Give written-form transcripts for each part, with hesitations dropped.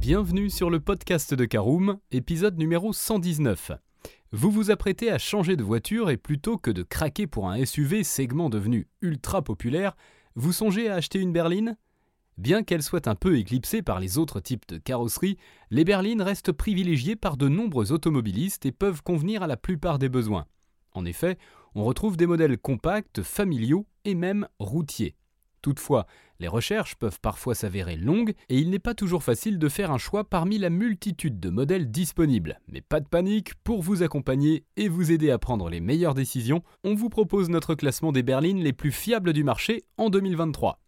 Bienvenue sur le podcast de Caroom, épisode numéro 119. Vous vous apprêtez à changer de voiture et plutôt que de craquer pour un SUV segment devenu ultra populaire, vous songez à acheter une berline ? Bien qu'elle soit un peu éclipsée par les autres types de carrosserie, les berlines restent privilégiées par de nombreux automobilistes et peuvent convenir à la plupart des besoins. En effet, on retrouve des modèles compacts, familiaux et même routiers. Toutefois, les recherches peuvent parfois s'avérer longues et il n'est pas toujours facile de faire un choix parmi la multitude de modèles disponibles. Mais pas de panique, pour vous accompagner et vous aider à prendre les meilleures décisions, on vous propose notre classement des berlines les plus fiables du marché en 2023.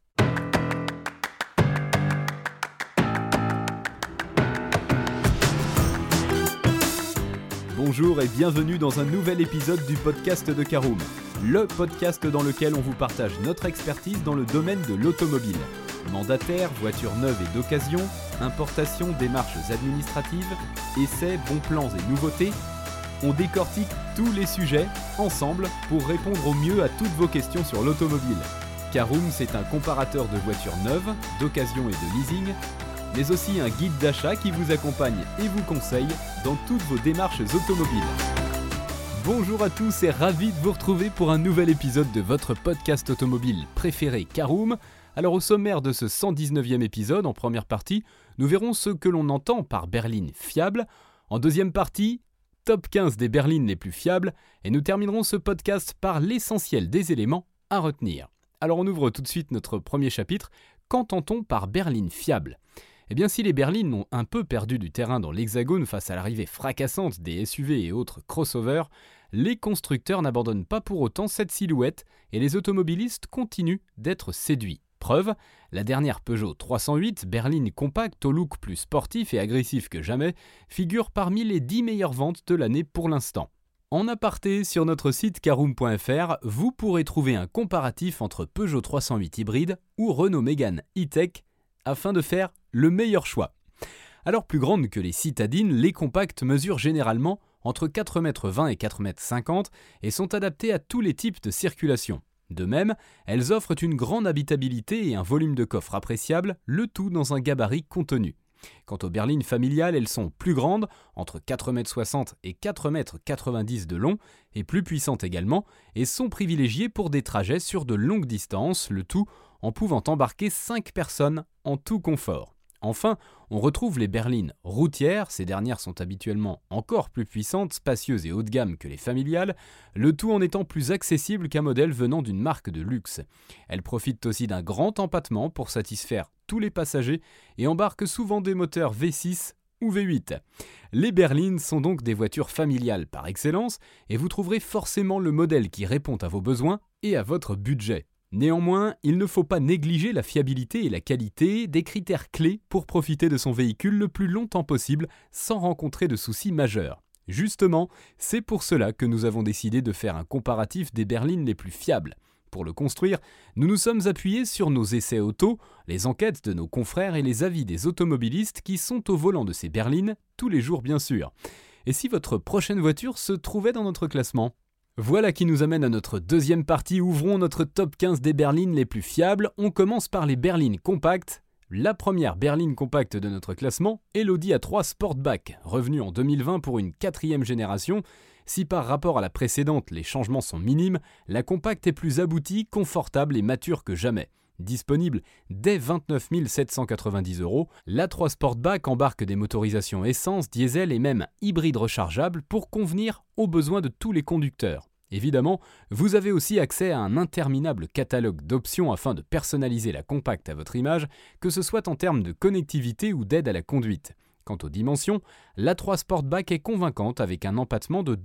Bonjour et bienvenue dans un nouvel épisode du podcast de Caroom, le podcast dans lequel on vous partage notre expertise dans le domaine de l'automobile. Mandataire, voitures neuves et d'occasion, importation, démarches administratives, essais, bons plans et nouveautés, on décortique tous les sujets ensemble pour répondre au mieux à toutes vos questions sur l'automobile. Caroom, c'est un comparateur de voitures neuves, d'occasion et de leasing, mais aussi un guide d'achat qui vous accompagne et vous conseille dans toutes vos démarches automobiles. Bonjour à tous et ravi de vous retrouver pour un nouvel épisode de votre podcast automobile préféré Caroom. Alors au sommaire de ce 119e épisode, en première partie, nous verrons ce que l'on entend par berline fiable. En deuxième partie, top 15 des berlines les plus fiables. Et nous terminerons ce podcast par l'essentiel des éléments à retenir. Alors on ouvre tout de suite notre premier chapitre. Qu'entend-on par berline fiable ? Eh bien, si les berlines ont un peu perdu du terrain dans l'Hexagone face à l'arrivée fracassante des SUV et autres crossovers, les constructeurs n'abandonnent pas pour autant cette silhouette et les automobilistes continuent d'être séduits. Preuve, la dernière Peugeot 308, berline compacte au look plus sportif et agressif que jamais, figure parmi les 10 meilleures ventes de l'année pour l'instant. En aparté, sur notre site caroom.fr, vous pourrez trouver un comparatif entre Peugeot 308 hybride ou Renault Mégane E-Tech afin de faire le meilleur choix. Alors plus grandes que les citadines, les compacts mesurent généralement entre 4,20 m et 4,50 m et sont adaptées à tous les types de circulation. De même, elles offrent une grande habitabilité et un volume de coffre appréciable, le tout dans un gabarit contenu. Quant aux berlines familiales, elles sont plus grandes, entre 4,60 m et 4,90 m de long, et plus puissantes également, et sont privilégiées pour des trajets sur de longues distances, le tout en pouvant embarquer 5 personnes en tout confort. Enfin, on retrouve les berlines routières, ces dernières sont habituellement encore plus puissantes, spacieuses et haut de gamme que les familiales, le tout en étant plus accessible qu'un modèle venant d'une marque de luxe. Elles profitent aussi d'un grand empattement pour satisfaire tous les passagers et embarquent souvent des moteurs V6 ou V8. Les berlines sont donc des voitures familiales par excellence et vous trouverez forcément le modèle qui répond à vos besoins et à votre budget. Néanmoins, il ne faut pas négliger la fiabilité et la qualité, des critères clés pour profiter de son véhicule le plus longtemps possible sans rencontrer de soucis majeurs. Justement, c'est pour cela que nous avons décidé de faire un comparatif des berlines les plus fiables. Pour le construire, nous nous sommes appuyés sur nos essais auto, les enquêtes de nos confrères et les avis des automobilistes qui sont au volant de ces berlines, tous les jours bien sûr. Et si votre prochaine voiture se trouvait dans notre classement ? Voilà qui nous amène à notre deuxième partie. Ouvrons notre top 15 des berlines les plus fiables. On commence par les berlines compactes. La première berline compacte de notre classement est l'Audi A3 Sportback, revenue en 2020 pour une 4e génération. Si par rapport à la précédente, les changements sont minimes, la compacte est plus aboutie, confortable et mature que jamais. Disponible dès 29 790 €, l'A3 Sportback embarque des motorisations essence, diesel et même hybride rechargeable pour convenir aux besoins de tous les conducteurs. Évidemment, vous avez aussi accès à un interminable catalogue d'options afin de personnaliser la compacte à votre image, que ce soit en termes de connectivité ou d'aide à la conduite. Quant aux dimensions, l'A3 Sportback est convaincante avec un empattement de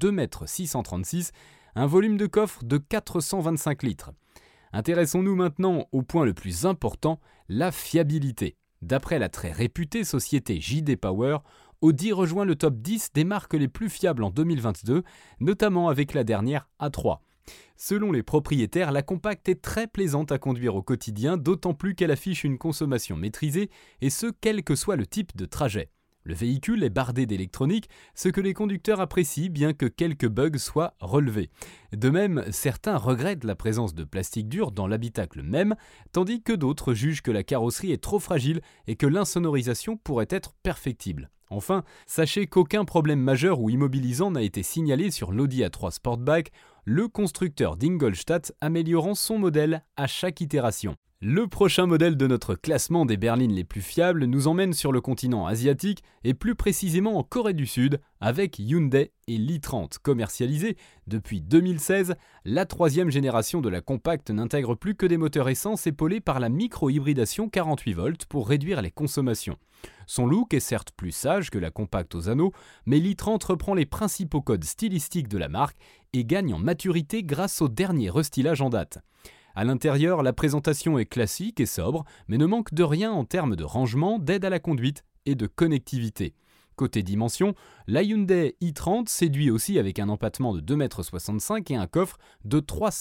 2,636 m, un volume de coffre de 425 litres. Intéressons-nous maintenant au point le plus important, la fiabilité. D'après la très réputée société JD Power, Audi rejoint le top 10 des marques les plus fiables en 2022, notamment avec la dernière A3. Selon les propriétaires, la compacte est très plaisante à conduire au quotidien, d'autant plus qu'elle affiche une consommation maîtrisée, et ce, quel que soit le type de trajet. Le véhicule est bardé d'électronique, ce que les conducteurs apprécient bien que quelques bugs soient relevés. De même, certains regrettent la présence de plastique dur dans l'habitacle même, tandis que d'autres jugent que la carrosserie est trop fragile et que l'insonorisation pourrait être perfectible. Enfin, sachez qu'aucun problème majeur ou immobilisant n'a été signalé sur l'Audi A3 Sportback, le constructeur d'Ingolstadt améliorant son modèle à chaque itération. Le prochain modèle de notre classement des berlines les plus fiables nous emmène sur le continent asiatique et plus précisément en Corée du Sud avec Hyundai et l'i30. Commercialisée depuis 2016, la troisième génération de la compacte n'intègre plus que des moteurs essence épaulés par la micro-hybridation 48 volts pour réduire les consommations. Son look est certes plus sage que la compacte aux anneaux, mais l'i30 reprend les principaux codes stylistiques de la marque et gagne en maturité grâce au dernier restylage en date. À l'intérieur, la présentation est classique et sobre, mais ne manque de rien en termes de rangement, d'aide à la conduite et de connectivité. Côté dimension, la Hyundai i30 séduit aussi avec un empattement de 2,65 m et un coffre de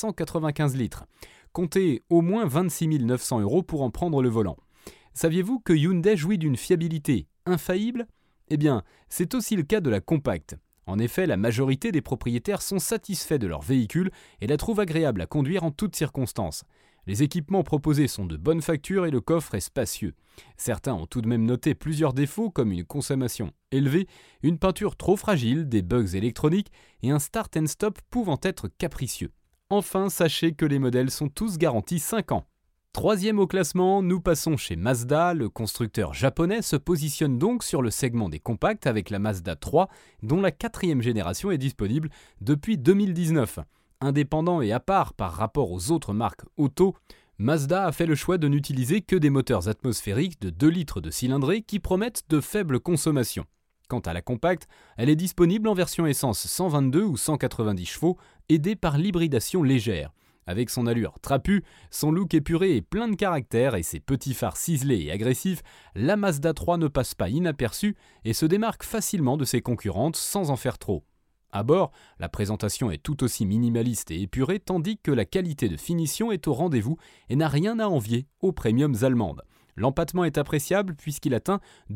395 litres. Comptez au moins 26 900 € pour en prendre le volant. Saviez-vous que Hyundai jouit d'une fiabilité infaillible ? Eh bien, c'est aussi le cas de la compacte. En effet, la majorité des propriétaires sont satisfaits de leur véhicule et la trouvent agréable à conduire en toutes circonstances. Les équipements proposés sont de bonne facture et le coffre est spacieux. Certains ont tout de même noté plusieurs défauts comme une consommation élevée, une peinture trop fragile, des bugs électroniques et un start and stop pouvant être capricieux. Enfin, sachez que les modèles sont tous garantis 5 ans. Troisième au classement, nous passons chez Mazda. Le constructeur japonais se positionne donc sur le segment des compacts avec la Mazda 3, dont la 4e génération est disponible depuis 2019. Indépendant et à part par rapport aux autres marques auto, Mazda a fait le choix de n'utiliser que des moteurs atmosphériques de 2 litres de cylindrée qui promettent de faibles consommations. Quant à la compacte, elle est disponible en version essence 122 ou 190 chevaux, aidée par l'hybridation légère. Avec son allure trapue, son look épuré et plein de caractère et ses petits phares ciselés et agressifs, la Mazda 3 ne passe pas inaperçue et se démarque facilement de ses concurrentes sans en faire trop. À bord, la présentation est tout aussi minimaliste et épurée tandis que la qualité de finition est au rendez-vous et n'a rien à envier aux premiums allemandes. L'empattement est appréciable puisqu'il atteint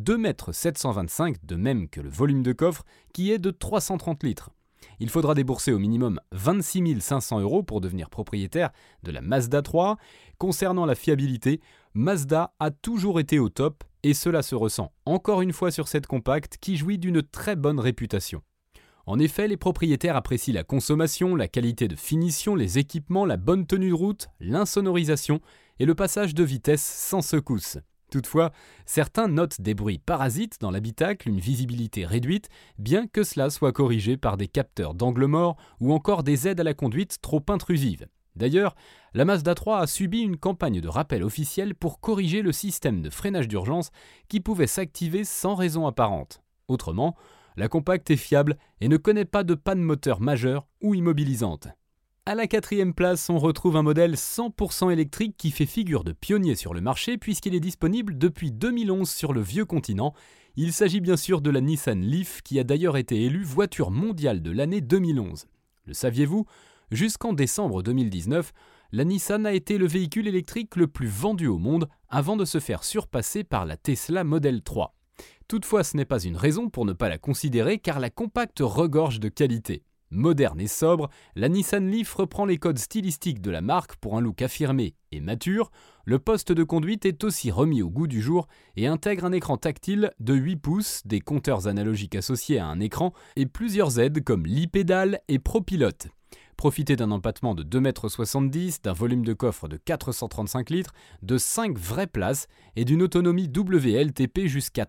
2,725 m, de même que le volume de coffre qui est de 330 litres. Il faudra débourser au minimum 26 500 € pour devenir propriétaire de la Mazda 3. Concernant la fiabilité, Mazda a toujours été au top et cela se ressent encore une fois sur cette compacte qui jouit d'une très bonne réputation. En effet, les propriétaires apprécient la consommation, la qualité de finition, les équipements, la bonne tenue de route, l'insonorisation et le passage de vitesse sans secousse. Toutefois, certains notent des bruits parasites dans l'habitacle, une visibilité réduite, bien que cela soit corrigé par des capteurs d'angle mort ou encore des aides à la conduite trop intrusives. D'ailleurs, la Mazda 3 a subi une campagne de rappel officielle pour corriger le système de freinage d'urgence qui pouvait s'activer sans raison apparente. Autrement, la compacte est fiable et ne connaît pas de panne moteur majeure ou immobilisante. À la 4e place, on retrouve un modèle 100% électrique qui fait figure de pionnier sur le marché puisqu'il est disponible depuis 2011 sur le vieux continent. Il s'agit bien sûr de la Nissan Leaf qui a d'ailleurs été élue voiture mondiale de l'année 2011. Le saviez-vous ? Jusqu'en décembre 2019, la Nissan a été le véhicule électrique le plus vendu au monde avant de se faire surpasser par la Tesla Model 3. Toutefois, ce n'est pas une raison pour ne pas la considérer car la compacte regorge de qualité. Moderne et sobre, la Nissan Leaf reprend les codes stylistiques de la marque pour un look affirmé et mature. Le poste de conduite est aussi remis au goût du jour et intègre un écran tactile de 8 pouces, des compteurs analogiques associés à un écran et plusieurs aides comme l'e-pédale et ProPilot. Profitez d'un empattement de 2,70 m, d'un volume de coffre de 435 litres, de 5 vraies places et d'une autonomie WLTP jusqu'à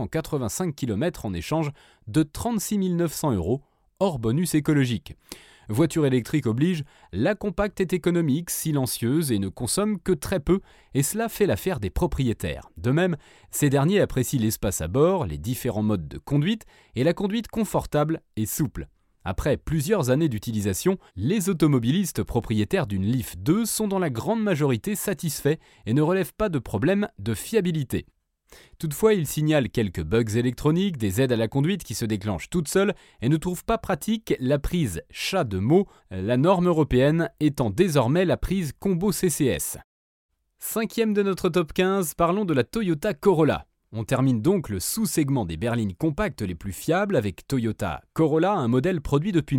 385 km en échange de 36 900 €, hors bonus écologique. Voiture électrique oblige, la compacte est économique, silencieuse et ne consomme que très peu, et cela fait l'affaire des propriétaires. De même, ces derniers apprécient l'espace à bord, les différents modes de conduite et la conduite confortable et souple. Après plusieurs années d'utilisation, les automobilistes propriétaires d'une Leaf 2 sont dans la grande majorité satisfaits et ne relèvent pas de problème de fiabilité. Toutefois, ils signalent quelques bugs électroniques, des aides à la conduite qui se déclenchent toutes seules et ne trouvent pas pratique la prise chat de mots, la norme européenne étant désormais la prise combo CCS. 5e de notre top 15, parlons de la Toyota Corolla. On termine donc le sous-segment des berlines compactes les plus fiables avec Toyota Corolla, un modèle produit depuis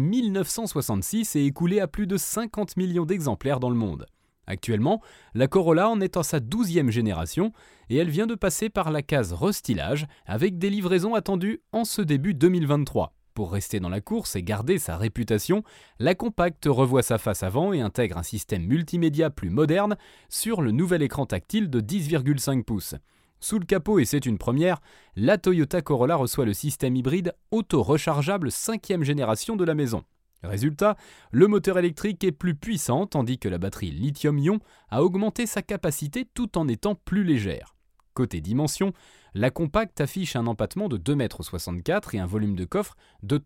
1966 et écoulé à plus de 50 millions d'exemplaires dans le monde. Actuellement, la Corolla en est à sa 12e génération et elle vient de passer par la case restylage avec des livraisons attendues en ce début 2023. Pour rester dans la course et garder sa réputation, la compacte revoit sa face avant et intègre un système multimédia plus moderne sur le nouvel écran tactile de 10,5 pouces. Sous le capot, et c'est une première, la Toyota Corolla reçoit le système hybride auto-rechargeable 5e génération de la maison. Résultat, le moteur électrique est plus puissant tandis que la batterie lithium-ion a augmenté sa capacité tout en étant plus légère. Côté dimension, la compacte affiche un empattement de 2,64 m et un volume de coffre de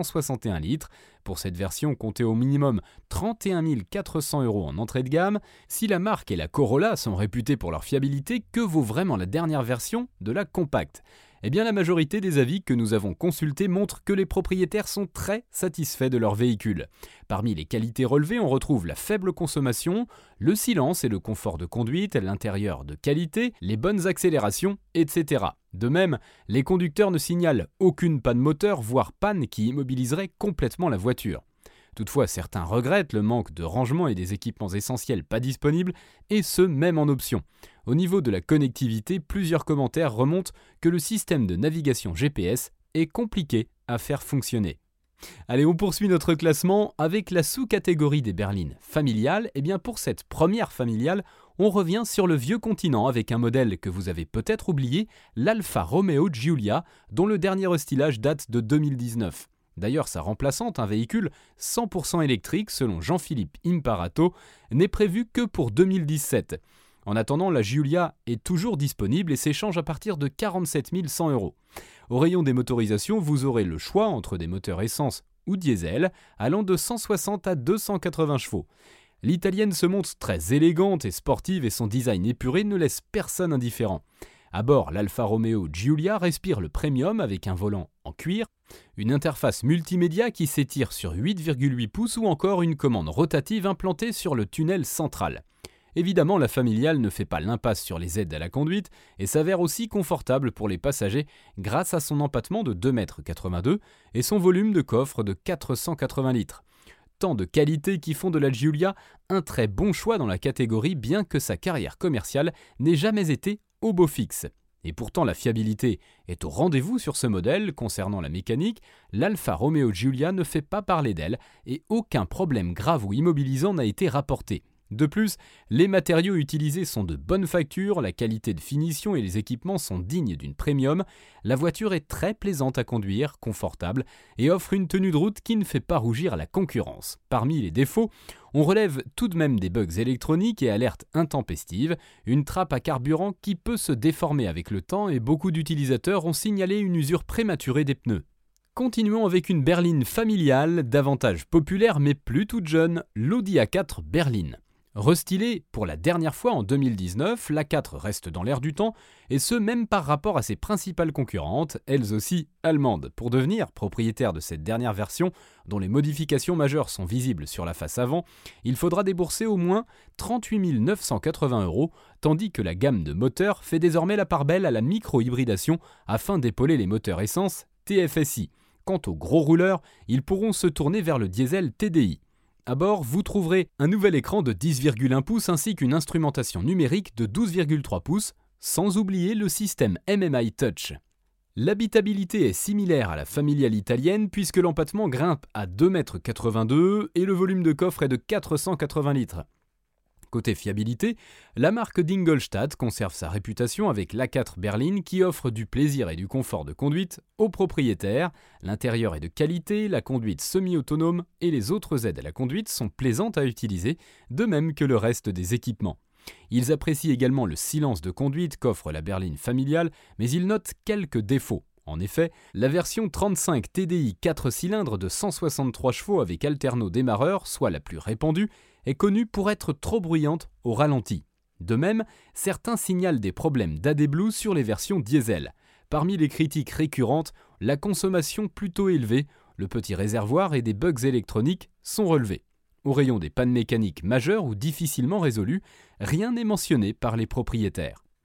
361 litres. Pour cette version, comptez au minimum 31 400 € en entrée de gamme. Si la marque et la Corolla sont réputées pour leur fiabilité, que vaut vraiment la dernière version de la compacte ? Eh bien, la majorité des avis que nous avons consultés montrent que les propriétaires sont très satisfaits de leur véhicule. Parmi les qualités relevées, on retrouve la faible consommation, le silence et le confort de conduite, l'intérieur de qualité, les bonnes accélérations, etc. De même, les conducteurs ne signalent aucune panne moteur, voire panne qui immobiliserait complètement la voiture. Toutefois, certains regrettent le manque de rangement et des équipements essentiels pas disponibles, et ce même en option. Au niveau de la connectivité, plusieurs commentaires remontent que le système de navigation GPS est compliqué à faire fonctionner. Allez, on poursuit notre classement avec la sous-catégorie des berlines familiales. Et bien pour cette première familiale, on revient sur le vieux continent avec un modèle que vous avez peut-être oublié, l'Alfa Romeo Giulia, dont le dernier restylage date de 2019. D'ailleurs, sa remplaçante, un véhicule 100% électrique selon Jean-Philippe Imparato, n'est prévu que pour 2017. En attendant, la Giulia est toujours disponible et s'échange à partir de 47 100 €. Au rayon des motorisations, vous aurez le choix entre des moteurs essence ou diesel, allant de 160 à 280 chevaux. L'italienne se montre très élégante et sportive et son design épuré ne laisse personne indifférent. À bord, l'Alfa Romeo Giulia respire le premium avec un volant en cuir, une interface multimédia qui s'étire sur 8,8 pouces ou encore une commande rotative implantée sur le tunnel central. Évidemment, la familiale ne fait pas l'impasse sur les aides à la conduite et s'avère aussi confortable pour les passagers grâce à son empattement de 2,82 m et son volume de coffre de 480 litres. Tant de qualités qui font de la Giulia un très bon choix dans la catégorie, bien que sa carrière commerciale n'ait jamais été au beau fixe. Et pourtant la fiabilité est au rendez-vous sur ce modèle. Concernant la mécanique, l'Alfa Romeo Giulia ne fait pas parler d'elle et aucun problème grave ou immobilisant n'a été rapporté. De plus, les matériaux utilisés sont de bonne facture, la qualité de finition et les équipements sont dignes d'une premium. La voiture est très plaisante à conduire, confortable et offre une tenue de route qui ne fait pas rougir la concurrence. Parmi les défauts, on relève tout de même des bugs électroniques et alertes intempestives, une trappe à carburant qui peut se déformer avec le temps et beaucoup d'utilisateurs ont signalé une usure prématurée des pneus. Continuons avec une berline familiale, davantage populaire mais plus toute jeune, l'Audi A4 berline. Restylée pour la dernière fois en 2019, l'A4 reste dans l'air du temps, et ce même par rapport à ses principales concurrentes, elles aussi allemandes. Pour devenir propriétaire de cette dernière version, dont les modifications majeures sont visibles sur la face avant, il faudra débourser au moins 38 980 €, tandis que la gamme de moteurs fait désormais la part belle à la micro-hybridation afin d'épauler les moteurs essence TFSI. Quant aux gros rouleurs, ils pourront se tourner vers le diesel TDI. À bord, vous trouverez un nouvel écran de 10,1 pouces ainsi qu'une instrumentation numérique de 12,3 pouces, sans oublier le système MMI Touch. L'habitabilité est similaire à la familiale italienne puisque l'empattement grimpe à 2,82 m et le volume de coffre est de 480 litres. Côté fiabilité, la marque d'Ingolstadt conserve sa réputation avec l'A4 berline qui offre du plaisir et du confort de conduite aux propriétaires. L'intérieur est de qualité, la conduite semi-autonome et les autres aides à la conduite sont plaisantes à utiliser, de même que le reste des équipements. Ils apprécient également le silence de conduite qu'offre la berline familiale, mais ils notent quelques défauts. En effet, la version 35 TDI 4 cylindres de 163 chevaux avec alterno démarreur, soit la plus répandue, est connue pour être trop bruyante au ralenti. De même, certains signalent des problèmes d'AdBlue sur les versions diesel. Parmi les critiques récurrentes, la consommation plutôt élevée, le petit réservoir et des bugs électroniques sont relevés. Au rayon des pannes mécaniques majeures ou difficilement résolues, rien n'est mentionné par les propriétaires.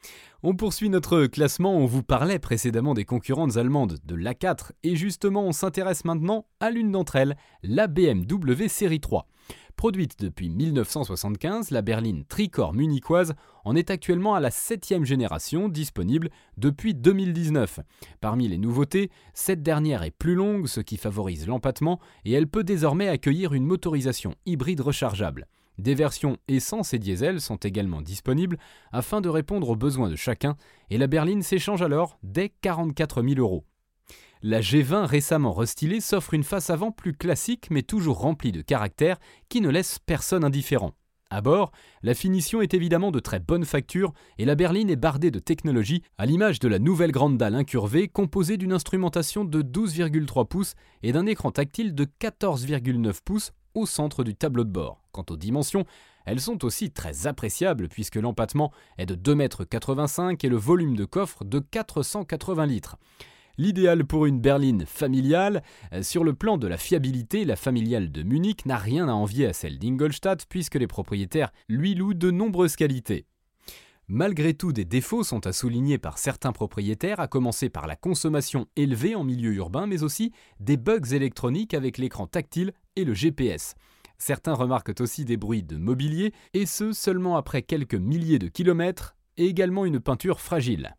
On poursuit notre classement, on vous parlait précédemment des concurrentes allemandes de l'A4 et justement on s'intéresse maintenant à l'une d'entre elles, la BMW Série 3. Produite depuis 1975, la berline tricorps munichoise en est actuellement à la 7e génération, disponible depuis 2019. Parmi les nouveautés, cette dernière est plus longue, ce qui favorise l'empattement, et elle peut désormais accueillir une motorisation hybride rechargeable. Des versions essence et diesel sont également disponibles afin de répondre aux besoins de chacun, et la berline s'échange alors dès 44 000 €. La G20 récemment restylée s'offre une face avant plus classique mais toujours remplie de caractère qui ne laisse personne indifférent. À bord, la finition est évidemment de très bonne facture et la berline est bardée de technologie à l'image de la nouvelle grande dalle incurvée composée d'une instrumentation de 12,3 pouces et d'un écran tactile de 14,9 pouces au centre du tableau de bord. Quant aux dimensions, elles sont aussi très appréciables puisque l'empattement est de 2,85 m et le volume de coffre de 480 litres. L'idéal pour une berline familiale. Sur le plan de la fiabilité, la familiale de Munich n'a rien à envier à celle d'Ingolstadt puisque les propriétaires lui louent de nombreuses qualités. Malgré tout, des défauts sont à souligner par certains propriétaires, à commencer par la consommation élevée en milieu urbain, mais aussi des bugs électroniques avec l'écran tactile et le GPS. Certains remarquent aussi des bruits de mobilier, et ce seulement après quelques milliers de kilomètres, et également une peinture fragile.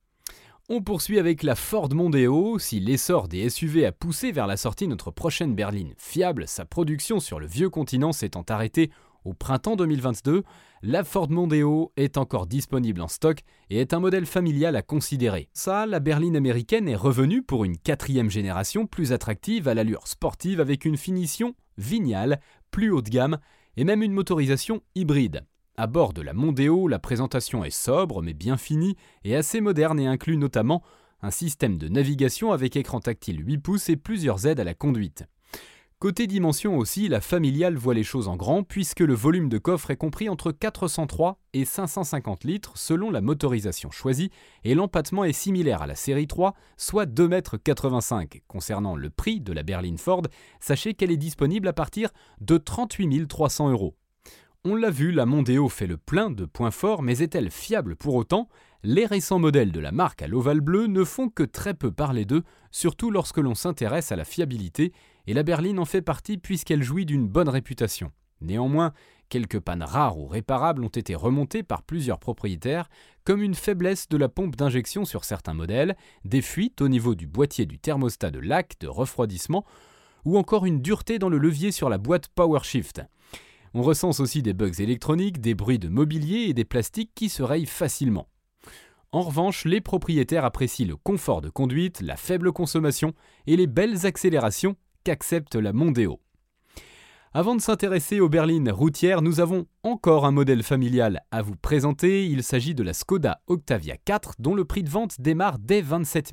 On poursuit avec la Ford Mondeo. Si l'essor des SUV a poussé vers la sortie notre prochaine berline fiable, sa production sur le vieux continent s'étant arrêtée au printemps 2022, la Ford Mondeo est encore disponible en stock et est un modèle familial à considérer. Ça, la berline américaine est revenue pour une 4e génération plus attractive à l'allure sportive avec une finition vignale, plus haut de gamme et même une motorisation hybride. À bord de la Mondeo, la présentation est sobre mais bien finie et assez moderne et inclut notamment un système de navigation avec écran tactile 8 pouces et plusieurs aides à la conduite. Côté dimension aussi, la familiale voit les choses en grand puisque le volume de coffre est compris entre 403 et 550 litres selon la motorisation choisie et l'empattement est similaire à la série 3, soit 2,85 m. Concernant le prix de la berline Ford, sachez qu'elle est disponible à partir de 38 300 €. On l'a vu, la Mondeo fait le plein de points forts, mais est-elle fiable pour autant ? Les récents modèles de la marque à l'ovale bleu ne font que très peu parler d'eux, surtout lorsque l'on s'intéresse à la fiabilité, et la berline en fait partie puisqu'elle jouit d'une bonne réputation. Néanmoins, quelques pannes rares ou réparables ont été remontées par plusieurs propriétaires, comme une faiblesse de la pompe d'injection sur certains modèles, des fuites au niveau du boîtier du thermostat de lac de refroidissement, ou encore une dureté dans le levier sur la boîte PowerShift. On recense aussi des bugs électroniques, des bruits de mobilier et des plastiques qui se rayent facilement. En revanche, les propriétaires apprécient le confort de conduite, la faible consommation et les belles accélérations qu'accepte la Mondeo. Avant de s'intéresser aux berlines routières, nous avons encore un modèle familial à vous présenter. Il s'agit de la Skoda Octavia 4 dont le prix de vente démarre dès 27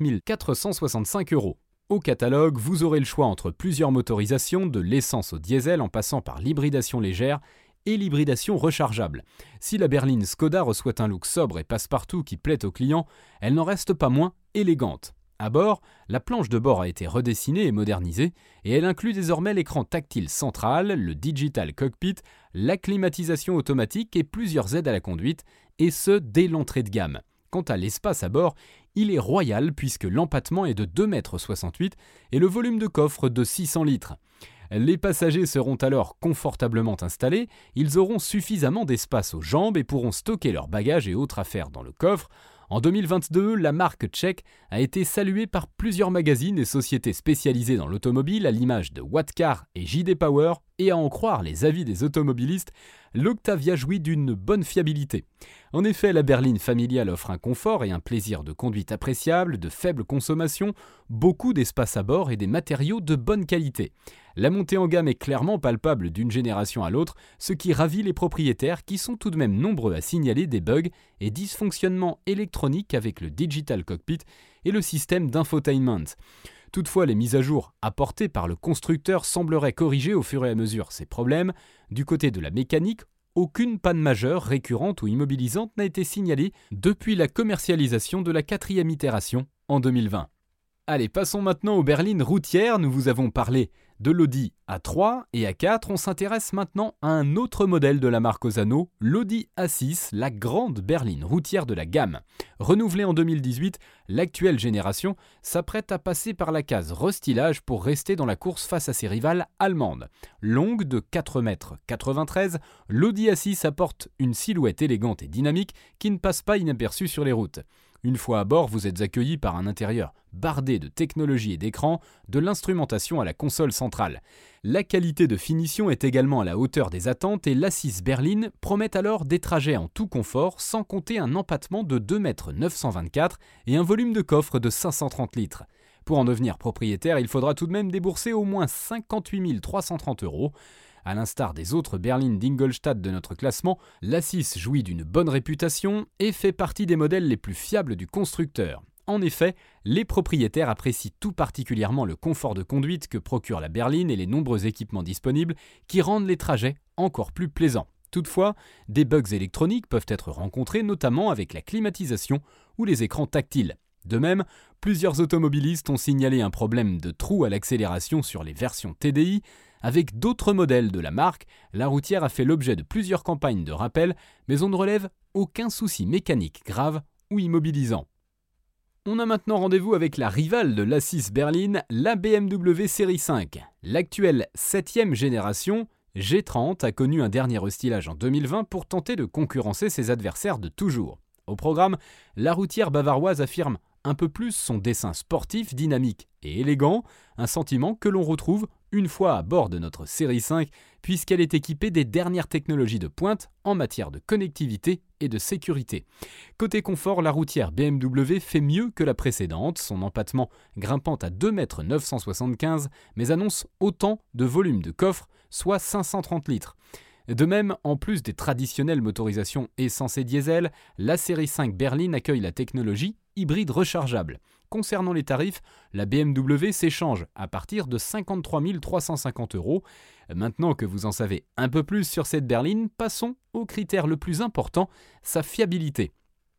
465 €. Au catalogue, vous aurez le choix entre plusieurs motorisations, de l'essence au diesel en passant par l'hybridation légère et l'hybridation rechargeable. Si la berline Skoda reçoit un look sobre et passe-partout qui plaît aux clients, elle n'en reste pas moins élégante. À bord, la planche de bord a été redessinée et modernisée et elle inclut désormais l'écran tactile central, le digital cockpit, la climatisation automatique et plusieurs aides à la conduite, et ce dès l'entrée de gamme. Quant à l'espace à bord, il est royal puisque l'empattement est de 2,68 m et le volume de coffre de 600 litres. Les passagers seront alors confortablement installés, ils auront suffisamment d'espace aux jambes et pourront stocker leurs bagages et autres affaires dans le coffre. En 2022, la marque tchèque a été saluée par plusieurs magazines et sociétés spécialisées dans l'automobile à l'image de Watcar et JD Power, et à en croire les avis des automobilistes, l'Octavia jouit d'une bonne fiabilité. En effet, la berline familiale offre un confort et un plaisir de conduite appréciable, de faible consommation, beaucoup d'espace à bord et des matériaux de bonne qualité. La montée en gamme est clairement palpable d'une génération à l'autre, ce qui ravit les propriétaires qui sont tout de même nombreux à signaler des bugs et dysfonctionnements électroniques avec le digital cockpit et le système d'infotainment. Toutefois, les mises à jour apportées par le constructeur sembleraient corriger au fur et à mesure ces problèmes. Du côté de la mécanique, aucune panne majeure, récurrente ou immobilisante n'a été signalée depuis la commercialisation de la 4e itération en 2020. Allez, passons maintenant aux berlines routières. Nous vous avons parlé De l'Audi A3 et A4, on s'intéresse maintenant à un autre modèle de la marque Osano, l'Audi A6, la grande berline routière de la gamme. Renouvelée en 2018, l'actuelle génération s'apprête à passer par la case restylage pour rester dans la course face à ses rivales allemandes. Longue de 4,93 m, l'Audi A6 apporte une silhouette élégante et dynamique qui ne passe pas inaperçue sur les routes. Une fois à bord, vous êtes accueilli par un intérieur bardé de technologie et d'écran, de l'instrumentation à la console centrale. La qualité de finition est également à la hauteur des attentes et l'A6 berline promet alors des trajets en tout confort sans compter un empattement de 2,924 m et un volume de coffre de 530 litres. Pour en devenir propriétaire, il faudra tout de même débourser au moins 58 330 €. À l'instar des autres berlines d'Ingolstadt de notre classement, l'A6 jouit d'une bonne réputation et fait partie des modèles les plus fiables du constructeur. En effet, les propriétaires apprécient tout particulièrement le confort de conduite que procure la berline et les nombreux équipements disponibles qui rendent les trajets encore plus plaisants. Toutefois, des bugs électroniques peuvent être rencontrés notamment avec la climatisation ou les écrans tactiles. De même, plusieurs automobilistes ont signalé un problème de trou à l'accélération sur les versions TDI. Avec d'autres modèles de la marque, la routière a fait l'objet de plusieurs campagnes de rappel, mais on ne relève aucun souci mécanique grave ou immobilisant. On a maintenant rendez-vous avec la rivale de l'A6 berline, la BMW Série 5. L'actuelle 7e génération, G30, a connu un dernier restylage en 2020 pour tenter de concurrencer ses adversaires de toujours. Au programme, la routière bavaroise affirme un peu plus son dessin sportif, dynamique et élégant, un sentiment que l'on retrouve une fois à bord de notre série 5, puisqu'elle est équipée des dernières technologies de pointe en matière de connectivité et de sécurité. Côté confort, la routière BMW fait mieux que la précédente, son empattement grimpant à 2,975 m, mais annonce autant de volume de coffre, soit 530 litres. De même, en plus des traditionnelles motorisations essence et diesel, la série 5 berline accueille la technologie hybride rechargeable. Concernant les tarifs, la BMW s'échange à partir de 53 350 €. Maintenant que vous en savez un peu plus sur cette berline, passons au critère le plus important, sa fiabilité.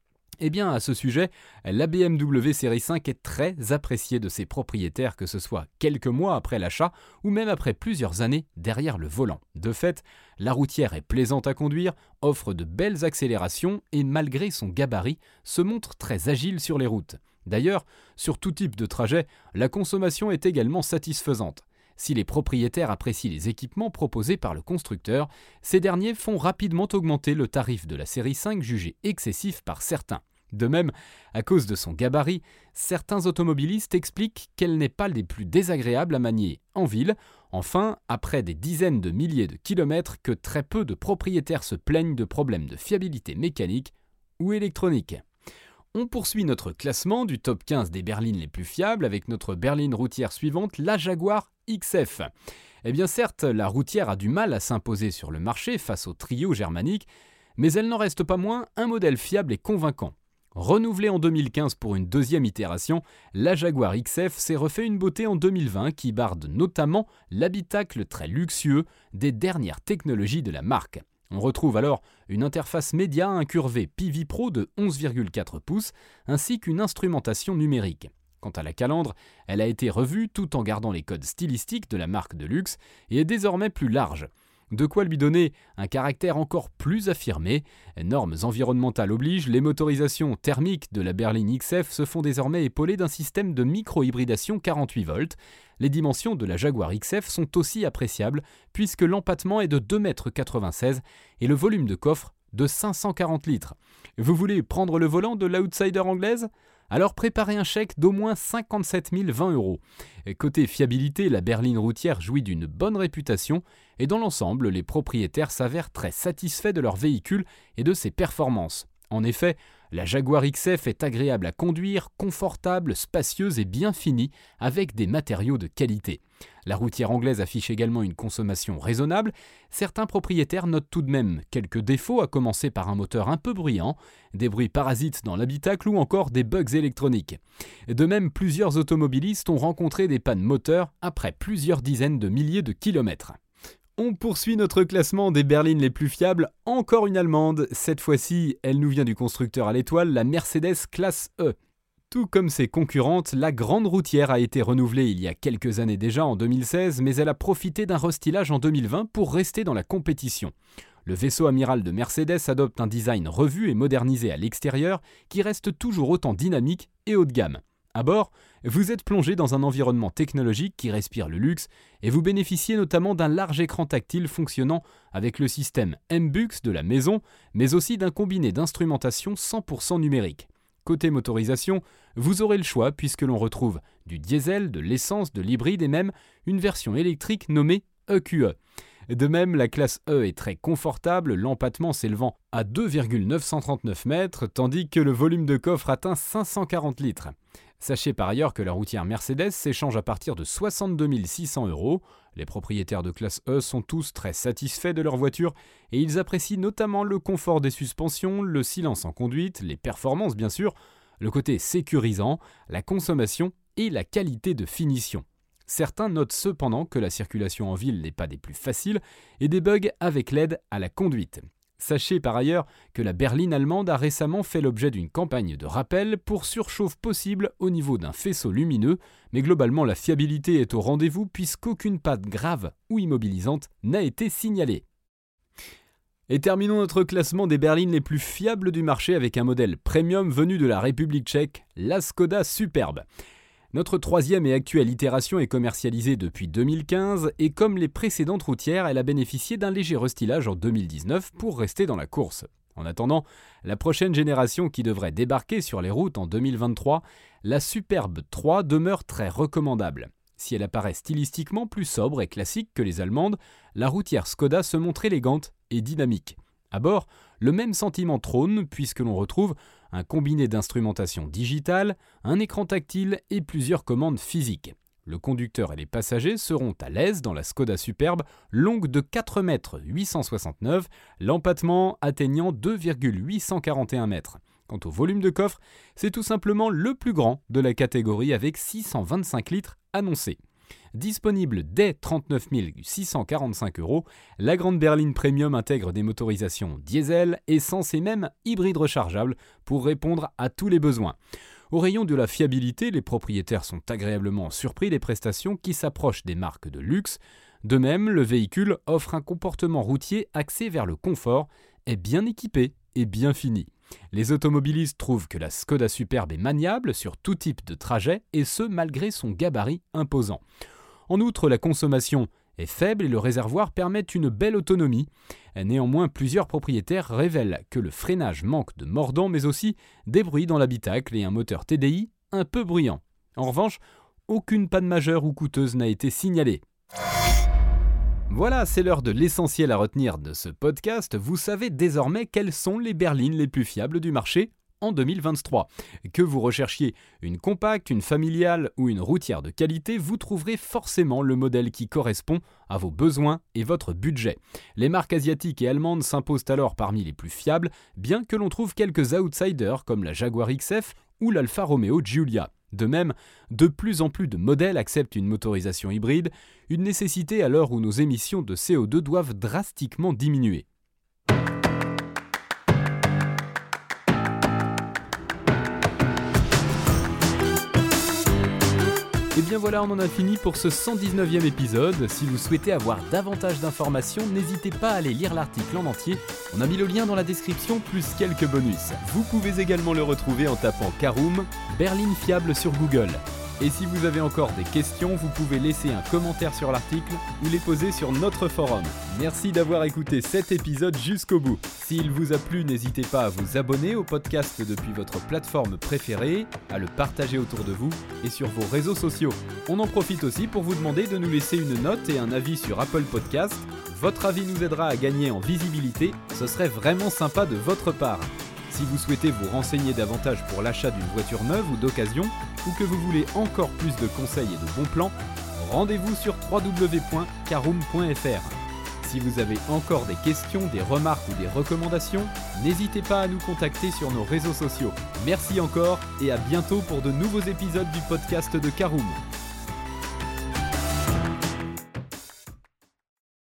Eh bien, à ce sujet, la BMW Série 5 est très appréciée de ses propriétaires, que ce soit quelques mois après l'achat ou même après plusieurs années derrière le volant. De fait, la routière est plaisante à conduire, offre de belles accélérations et malgré son gabarit, se montre très agile sur les routes. D'ailleurs, sur tout type de trajet, la consommation est également satisfaisante. Si les propriétaires apprécient les équipements proposés par le constructeur, ces derniers font rapidement augmenter le tarif de la série 5 jugé excessif par certains. De même, à cause de son gabarit, certains automobilistes expliquent qu'elle n'est pas des plus désagréables à manier en ville. Enfin, après des dizaines de milliers de kilomètres, que très peu de propriétaires se plaignent de problèmes de fiabilité mécanique ou électronique. On poursuit notre classement du top 15 des berlines les plus fiables avec notre berline routière suivante, la Jaguar XF. Eh bien certes, la routière a du mal à s'imposer sur le marché face au trio germanique, mais elle n'en reste pas moins un modèle fiable et convaincant. Renouvelée en 2015 pour une deuxième itération, la Jaguar XF s'est refait une beauté en 2020 qui barde notamment l'habitacle très luxueux des dernières technologies de la marque. On retrouve alors une interface média incurvée PV Pro de 11,4 pouces ainsi qu'une instrumentation numérique. Quant à la calandre, elle a été revue tout en gardant les codes stylistiques de la marque de luxe et est désormais plus large. De quoi lui donner un caractère encore plus affirmé. Normes environnementales obligent, les motorisations thermiques de la berline XF se font désormais épauler d'un système de micro-hybridation 48 volts. Les dimensions de la Jaguar XF sont aussi appréciables puisque l'empattement est de 2,96 m et le volume de coffre de 540 litres. Vous voulez prendre le volant de l'outsider anglaise ? Alors préparez un chèque d'au moins 57 020 €. Côté fiabilité, la berline routière jouit d'une bonne réputation et dans l'ensemble, les propriétaires s'avèrent très satisfaits de leur véhicule et de ses performances. En effet, la Jaguar XF est agréable à conduire, confortable, spacieuse et bien finie, avec des matériaux de qualité. La routière anglaise affiche également une consommation raisonnable. Certains propriétaires notent tout de même quelques défauts, à commencer par un moteur un peu bruyant, des bruits parasites dans l'habitacle ou encore des bugs électroniques. De même, plusieurs automobilistes ont rencontré des pannes moteurs après plusieurs dizaines de milliers de kilomètres. On poursuit notre classement des berlines les plus fiables, encore une allemande. Cette fois-ci, elle nous vient du constructeur à l'étoile, la Mercedes classe E. Tout comme ses concurrentes, la Grande Routière a été renouvelée il y a quelques années déjà, en 2016, mais elle a profité d'un restylage en 2020 pour rester dans la compétition. Le vaisseau amiral de Mercedes adopte un design revu et modernisé à l'extérieur qui reste toujours autant dynamique et haut de gamme. À bord, vous êtes plongé dans un environnement technologique qui respire le luxe et vous bénéficiez notamment d'un large écran tactile fonctionnant avec le système MBUX de la maison, mais aussi d'un combiné d'instrumentation 100% numérique. Côté motorisation, vous aurez le choix puisque l'on retrouve du diesel, de l'essence, de l'hybride et même une version électrique nommée EQE. De même, la classe E est très confortable, l'empattement s'élevant à 2,939 mètres, tandis que le volume de coffre atteint 540 litres. Sachez par ailleurs que la routière Mercedes s'échange à partir de 62 600 €. Les propriétaires de classe E sont tous très satisfaits de leur voiture et ils apprécient notamment le confort des suspensions, le silence en conduite, les performances bien sûr, le côté sécurisant, la consommation et la qualité de finition. Certains notent cependant que la circulation en ville n'est pas des plus faciles et des bugs avec l'aide à la conduite. Sachez par ailleurs que la berline allemande a récemment fait l'objet d'une campagne de rappel pour surchauffe possible au niveau d'un faisceau lumineux, mais globalement la fiabilité est au rendez-vous puisqu'aucune panne grave ou immobilisante n'a été signalée. Et terminons notre classement des berlines les plus fiables du marché avec un modèle premium venu de la République tchèque, la Škoda Superb. Notre troisième et actuelle itération est commercialisée depuis 2015 et comme les précédentes routières, elle a bénéficié d'un léger restylage en 2019 pour rester dans la course. En attendant, la prochaine génération qui devrait débarquer sur les routes en 2023, la Superb 3 demeure très recommandable. Si elle apparaît stylistiquement plus sobre et classique que les allemandes, la routière Škoda se montre élégante et dynamique. À bord, le même sentiment trône puisque l'on retrouve un combiné d'instrumentation digitale, un écran tactile et plusieurs commandes physiques. Le conducteur et les passagers seront à l'aise dans la Škoda Superb, longue de 4,869 m, l'empattement atteignant 2,841 m. Quant au volume de coffre, c'est tout simplement le plus grand de la catégorie avec 625 litres annoncés. Disponible dès 39 645 €, la grande berline premium intègre des motorisations diesel, essence et même hybride rechargeable pour répondre à tous les besoins. Au rayon de la fiabilité, les propriétaires sont agréablement surpris des prestations qui s'approchent des marques de luxe. De même, le véhicule offre un comportement routier axé vers le confort, est bien équipé et bien fini. Les automobilistes trouvent que la Škoda Superb est maniable sur tout type de trajet et ce malgré son gabarit imposant. En outre, la consommation est faible et le réservoir permet une belle autonomie. Néanmoins, plusieurs propriétaires révèlent que le freinage manque de mordant mais aussi des bruits dans l'habitacle et un moteur TDI un peu bruyant. En revanche, aucune panne majeure ou coûteuse n'a été signalée. Voilà, c'est l'heure de l'essentiel à retenir de ce podcast. Vous savez désormais quelles sont les berlines les plus fiables du marché en 2023. Que vous recherchiez une compacte, une familiale ou une routière de qualité, vous trouverez forcément le modèle qui correspond à vos besoins et votre budget. Les marques asiatiques et allemandes s'imposent alors parmi les plus fiables, bien que l'on trouve quelques outsiders comme la Jaguar XF ou l'Alfa Romeo Giulia. De même, de plus en plus de modèles acceptent une motorisation hybride, une nécessité à l'heure où nos émissions de CO2 doivent drastiquement diminuer. Et bien voilà, on en a fini pour ce 119e épisode. Si vous souhaitez avoir davantage d'informations, n'hésitez pas à aller lire l'article en entier. On a mis le lien dans la description, plus quelques bonus. Vous pouvez également le retrouver en tapant Caroom, berline fiable sur Google. Et si vous avez encore des questions, vous pouvez laisser un commentaire sur l'article ou les poser sur notre forum. Merci d'avoir écouté cet épisode jusqu'au bout. S'il vous a plu, n'hésitez pas à vous abonner au podcast depuis votre plateforme préférée, à le partager autour de vous et sur vos réseaux sociaux. On en profite aussi pour vous demander de nous laisser une note et un avis sur Apple Podcast. Votre avis nous aidera à gagner en visibilité, ce serait vraiment sympa de votre part. Si vous souhaitez vous renseigner davantage pour l'achat d'une voiture neuve ou d'occasion, ou que vous voulez encore plus de conseils et de bons plans, rendez-vous sur www.caroom.fr. Si vous avez encore des questions, des remarques ou des recommandations, n'hésitez pas à nous contacter sur nos réseaux sociaux. Merci encore et à bientôt pour de nouveaux épisodes du podcast de Caroom.